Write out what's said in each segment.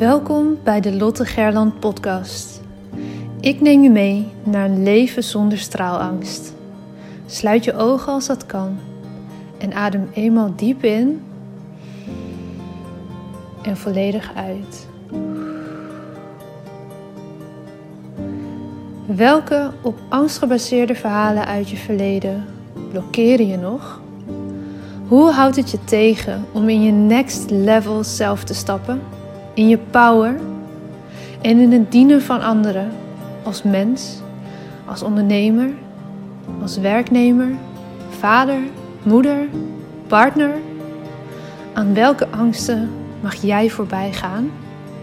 Welkom bij de Lotte Gerland podcast. Ik neem je mee naar een leven zonder straalangst. Sluit je ogen als dat kan en adem eenmaal diep in en volledig uit. Welke op angst gebaseerde verhalen uit je verleden blokkeren je nog? Hoe houdt het je tegen om in je next level zelf te stappen? In je power en in het dienen van anderen als mens, als ondernemer, als werknemer, vader, moeder, partner. Aan welke angsten mag jij voorbij gaan?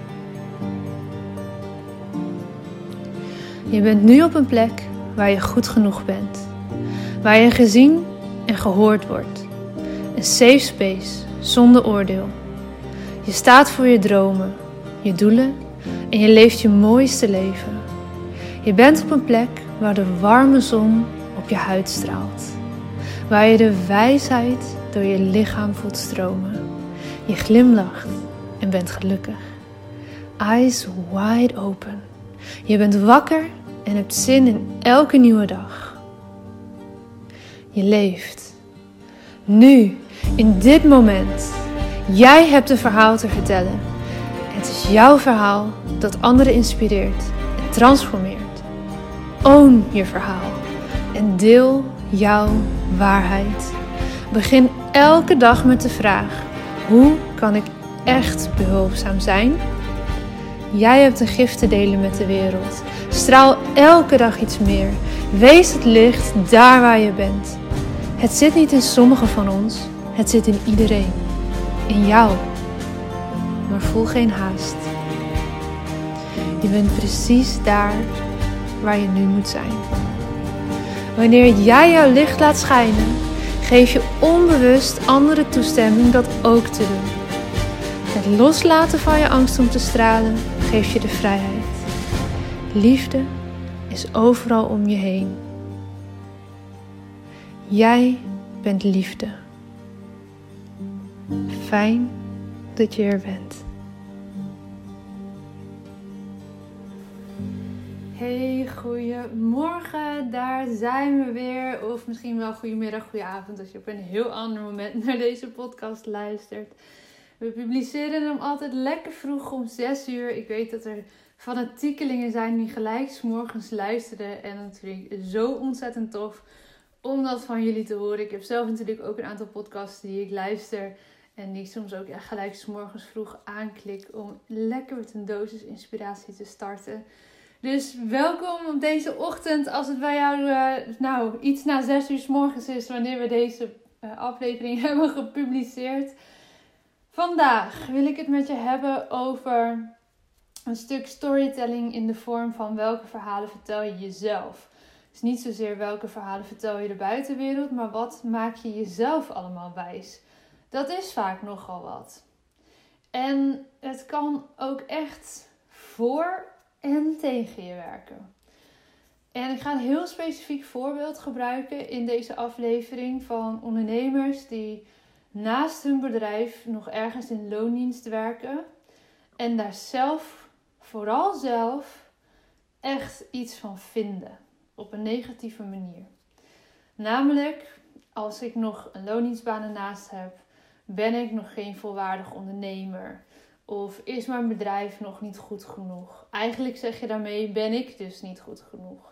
Je bent nu op een plek waar je goed genoeg bent, waar je gezien en gehoord wordt. Een safe space zonder oordeel. Je staat voor je dromen, je doelen en je leeft je mooiste leven. Je bent op een plek waar de warme zon op je huid straalt. Waar je de wijsheid door je lichaam voelt stromen. Je glimlacht en bent gelukkig. Eyes wide open. Je bent wakker en hebt zin in elke nieuwe dag. Je leeft. Nu, in dit moment. Jij hebt een verhaal te vertellen. Het is jouw verhaal dat anderen inspireert en transformeert. Own je verhaal en deel jouw waarheid. Begin elke dag met de vraag: hoe kan ik echt behulpzaam zijn? Jij hebt een gift te delen met de wereld. Straal elke dag iets meer. Wees het licht daar waar je bent. Het zit niet in sommigen van ons, het zit in iedereen. In jou. Maar voel geen haast. Je bent precies daar waar je nu moet zijn. Wanneer jij jouw licht laat schijnen, geef je onbewust anderen toestemming dat ook te doen. Het loslaten van je angst om te stralen geeft je de vrijheid. Liefde is overal om je heen. Jij bent liefde. Fijn dat je er bent. Hey, goedemorgen, daar zijn we weer. Of misschien wel goedemiddag, goedenavond als je op een heel ander moment naar deze podcast luistert. We publiceren hem altijd lekker vroeg om 6 uur. Ik weet dat er fanatiekelingen zijn die gelijk 's morgens luisteren. En dat vind ik zo ontzettend tof om dat van jullie te horen. Ik heb zelf natuurlijk ook een aantal podcasts die ik luister. En die soms ook echt gelijk 's morgens vroeg aanklik om lekker met een dosis inspiratie te starten. Dus welkom op deze ochtend als het bij jou iets na 6 uur 's morgens is wanneer we deze aflevering hebben gepubliceerd. Vandaag wil ik het met je hebben over een stuk storytelling in de vorm van welke verhalen vertel je jezelf. Dus niet zozeer welke verhalen vertel je de buitenwereld, maar wat maak je jezelf allemaal wijs. Dat is vaak nogal wat. En het kan ook echt voor en tegen je werken. En ik ga een heel specifiek voorbeeld gebruiken in deze aflevering van ondernemers die naast hun bedrijf nog ergens in loondienst werken. En daar vooral zelf, echt iets van vinden. Op een negatieve manier. Namelijk, als ik nog een loondienstbaan ernaast heb, ben ik nog geen volwaardig ondernemer? Of is mijn bedrijf nog niet goed genoeg? Eigenlijk zeg je daarmee, ben ik dus niet goed genoeg?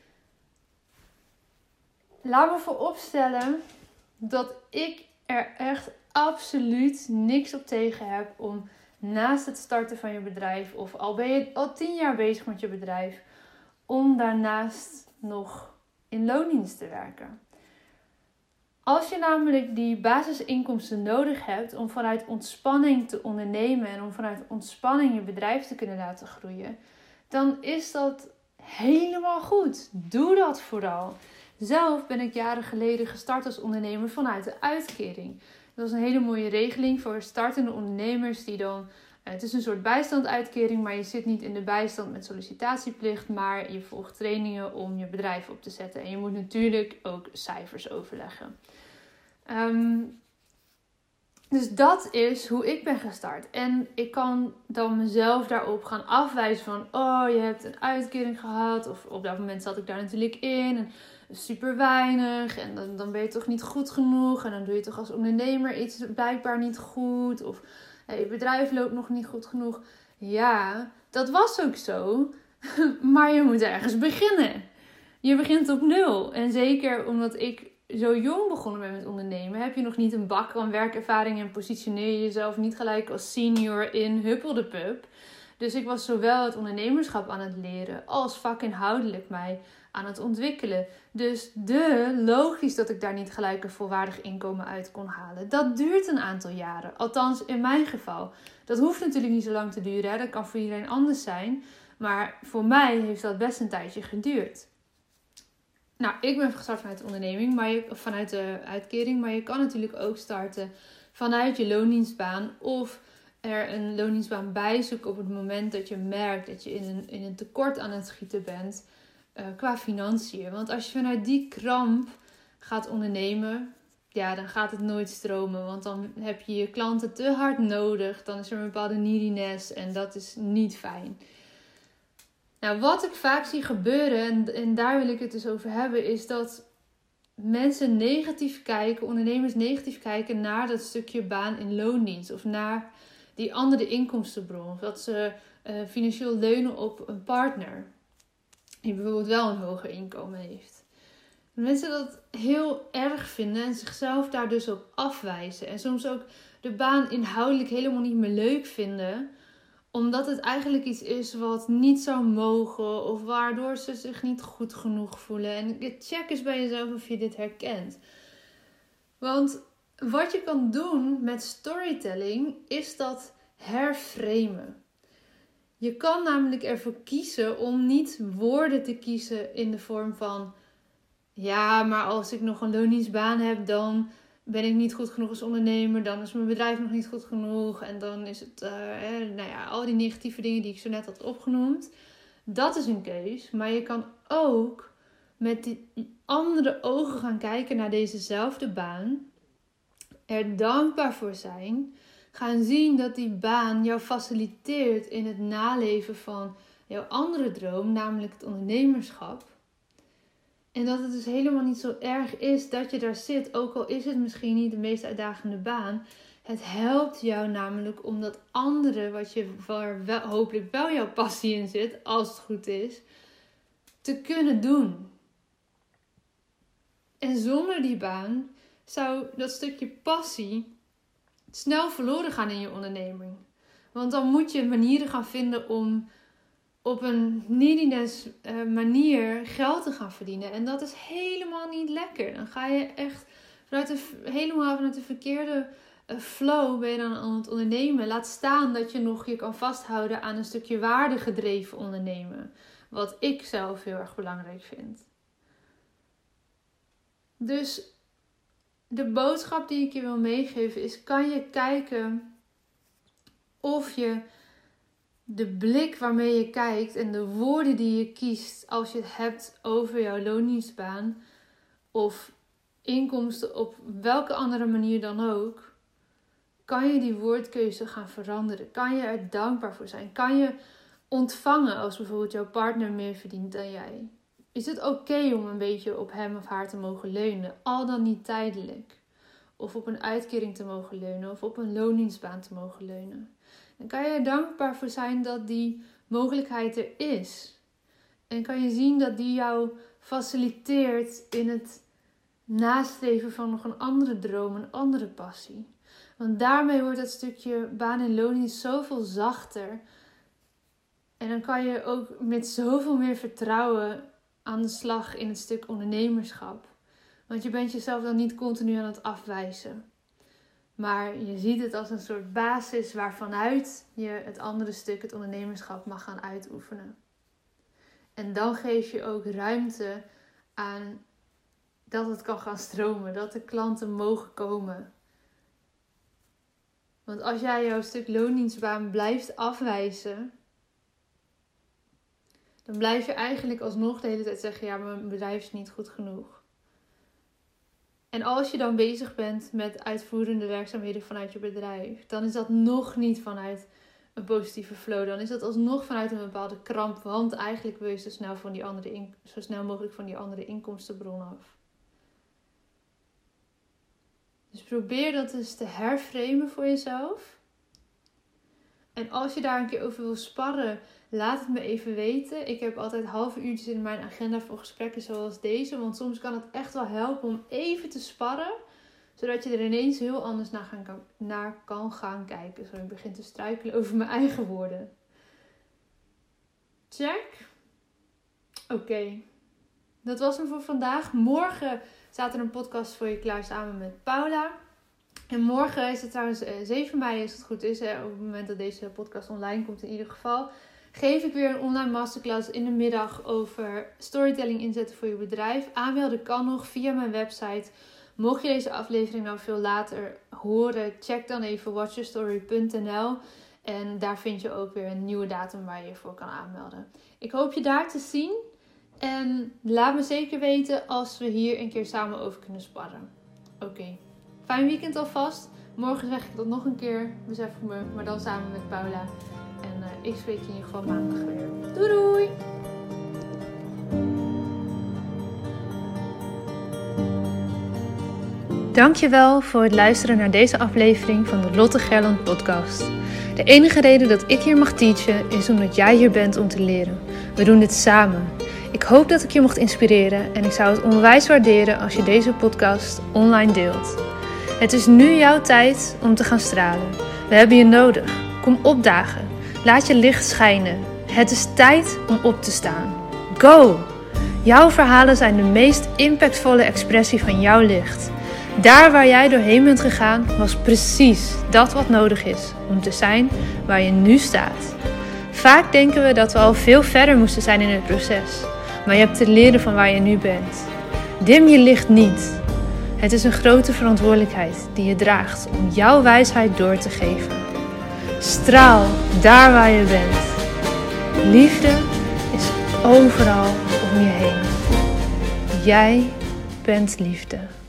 Laat me vooropstellen dat ik er echt absoluut niks op tegen heb om naast het starten van je bedrijf, of al ben je al 10 jaar bezig met je bedrijf, om daarnaast nog in loondienst te werken. Als je namelijk die basisinkomsten nodig hebt om vanuit ontspanning te ondernemen en om vanuit ontspanning je bedrijf te kunnen laten groeien, dan is dat helemaal goed. Doe dat vooral. Zelf ben ik jaren geleden gestart als ondernemer vanuit de uitkering. Dat was een hele mooie regeling voor startende ondernemers die dan... Het is een soort bijstandsuitkering, maar je zit niet in de bijstand met sollicitatieplicht, maar je volgt trainingen om je bedrijf op te zetten. En je moet natuurlijk ook cijfers overleggen. Dus dat is hoe ik ben gestart. En ik kan dan mezelf daarop gaan afwijzen van... oh, je hebt een uitkering gehad. Of op dat moment zat ik daar natuurlijk in. En super weinig. En dan ben je toch niet goed genoeg. En dan doe je toch als ondernemer iets blijkbaar niet goed. Of je bedrijf loopt nog niet goed genoeg. Ja, dat was ook zo. Maar je moet ergens beginnen. Je begint op 0. En zeker omdat ik zo jong begonnen ben met ondernemen, heb je nog niet een bak aan werkervaring en positioneer je jezelf niet gelijk als senior in Huppel de Pup. Dus ik was zowel het ondernemerschap aan het leren als vakinhoudelijk mij aan het ontwikkelen. Dus logisch dat ik daar niet gelijk een volwaardig inkomen uit kon halen. Dat duurt een aantal jaren. Althans in mijn geval. Dat hoeft natuurlijk niet zo lang te duren. Hè? Dat kan voor iedereen anders zijn. Maar voor mij heeft dat best een tijdje geduurd. Nou, ik ben gestart vanuit de onderneming, vanuit de uitkering. Maar je kan natuurlijk ook starten vanuit je loondienstbaan. Of er een loondienstbaan bij zoeken op het moment dat je merkt dat je in een tekort aan het schieten bent qua financiën. Want als je vanuit die kramp gaat ondernemen, ja, dan gaat het nooit stromen. Want dan heb je je klanten te hard nodig. Dan is er een bepaalde neediness en dat is niet fijn. Nou, wat ik vaak zie gebeuren, en daar wil ik het dus over hebben, is dat mensen negatief kijken, ondernemers negatief kijken naar dat stukje baan in loondienst. Of naar die andere inkomstenbron. Of dat ze financieel leunen op een partner. Die bijvoorbeeld wel een hoger inkomen heeft. Mensen dat heel erg vinden en zichzelf daar dus op afwijzen. En soms ook de baan inhoudelijk helemaal niet meer leuk vinden. Omdat het eigenlijk iets is wat niet zou mogen. Of waardoor ze zich niet goed genoeg voelen. En check eens bij jezelf of je dit herkent. Want wat je kan doen met storytelling is dat herframen. Je kan namelijk ervoor kiezen om niet woorden te kiezen in de vorm van... ja, maar als ik nog een loondienstbaan heb, dan ben ik niet goed genoeg als ondernemer. Dan is mijn bedrijf nog niet goed genoeg. En dan is het, al die negatieve dingen die ik zo net had opgenoemd. Dat is een keus. Maar je kan ook met die andere ogen gaan kijken naar dezezelfde baan. Er dankbaar voor zijn. Gaan zien dat die baan jou faciliteert in het naleven van jouw andere droom, namelijk het ondernemerschap. En dat het dus helemaal niet zo erg is dat je daar zit, ook al is het misschien niet de meest uitdagende baan. Het helpt jou namelijk om dat andere, waar hopelijk wel jouw passie in zit, als het goed is, te kunnen doen. En zonder die baan zou dat stukje passie snel verloren gaan in je onderneming. Want dan moet je manieren gaan vinden om op een neediness manier geld te gaan verdienen. En dat is helemaal niet lekker. Dan ga je echt helemaal vanuit de verkeerde flow ben je dan aan het ondernemen. Laat staan dat je nog je kan vasthouden aan een stukje waardegedreven ondernemen. Wat ik zelf heel erg belangrijk vind. Dus de boodschap die ik je wil meegeven is: kan je kijken of je de blik waarmee je kijkt en de woorden die je kiest als je het hebt over jouw loondienstbaan of inkomsten op welke andere manier dan ook, kan je die woordkeuze gaan veranderen? Kan je er dankbaar voor zijn? Kan je ontvangen als bijvoorbeeld jouw partner meer verdient dan jij? Is het oké om een beetje op hem of haar te mogen leunen, al dan niet tijdelijk? Of op een uitkering te mogen leunen of op een loondienstbaan te mogen leunen? Dan kan je er dankbaar voor zijn dat die mogelijkheid er is. En kan je zien dat die jou faciliteert in het nastreven van nog een andere droom, een andere passie. Want daarmee wordt het stukje baan en loondienst zoveel zachter. En dan kan je ook met zoveel meer vertrouwen aan de slag in het stuk ondernemerschap. Want je bent jezelf dan niet continu aan het afwijzen. Maar je ziet het als een soort basis waarvanuit je het andere stuk, het ondernemerschap, mag gaan uitoefenen. En dan geef je ook ruimte aan dat het kan gaan stromen, dat de klanten mogen komen. Want als jij jouw stuk loondienstbaan blijft afwijzen, dan blijf je eigenlijk alsnog de hele tijd zeggen: ja, mijn bedrijf is niet goed genoeg. En als je dan bezig bent met uitvoerende werkzaamheden vanuit je bedrijf, dan is dat nog niet vanuit een positieve flow. Dan is dat alsnog vanuit een bepaalde kramp, want eigenlijk wil je zo snel mogelijk van die andere inkomstenbron af. Dus probeer dat eens te herframen voor jezelf. En als je daar een keer over wil sparren, laat het me even weten. Ik heb altijd halve uurtjes in mijn agenda voor gesprekken zoals deze. Want soms kan het echt wel helpen om even te sparren. Zodat je er ineens heel anders naar kan gaan kijken. Zo, ik begin te struikelen over mijn eigen woorden. Check. Oké. Dat was hem voor vandaag. Morgen staat er een podcast voor je klaar samen met Paula. En morgen is het trouwens 7 mei, als het goed is. Op het moment dat deze podcast online komt in ieder geval. Geef ik weer een online masterclass in de middag over storytelling inzetten voor je bedrijf. Aanmelden kan nog via mijn website. Mocht je deze aflevering nou veel later horen, check dan even watchyourstory.nl. En daar vind je ook weer een nieuwe datum waar je je voor kan aanmelden. Ik hoop je daar te zien. En laat me zeker weten als we hier een keer samen over kunnen sparren. Oké. Fijn weekend alvast. Morgen zeg ik dat nog een keer. Besef ik me. Maar dan samen met Paula. En ik spreek je in ieder geval maandag weer. Doei doei! Dankjewel voor het luisteren naar deze aflevering van de Lotte Gerland podcast. De enige reden dat ik hier mag teachen is omdat jij hier bent om te leren. We doen dit samen. Ik hoop dat ik je mocht inspireren en ik zou het onwijs waarderen als je deze podcast online deelt. Het is nu jouw tijd om te gaan stralen. We hebben je nodig. Kom opdagen. Laat je licht schijnen. Het is tijd om op te staan. Go! Jouw verhalen zijn de meest impactvolle expressie van jouw licht. Daar waar jij doorheen bent gegaan, was precies dat wat nodig is om te zijn waar je nu staat. Vaak denken we dat we al veel verder moesten zijn in het proces. Maar je hebt te leren van waar je nu bent. Dim je licht niet. Het is een grote verantwoordelijkheid die je draagt om jouw wijsheid door te geven. Straal daar waar je bent. Liefde is overal om je heen. Jij bent liefde.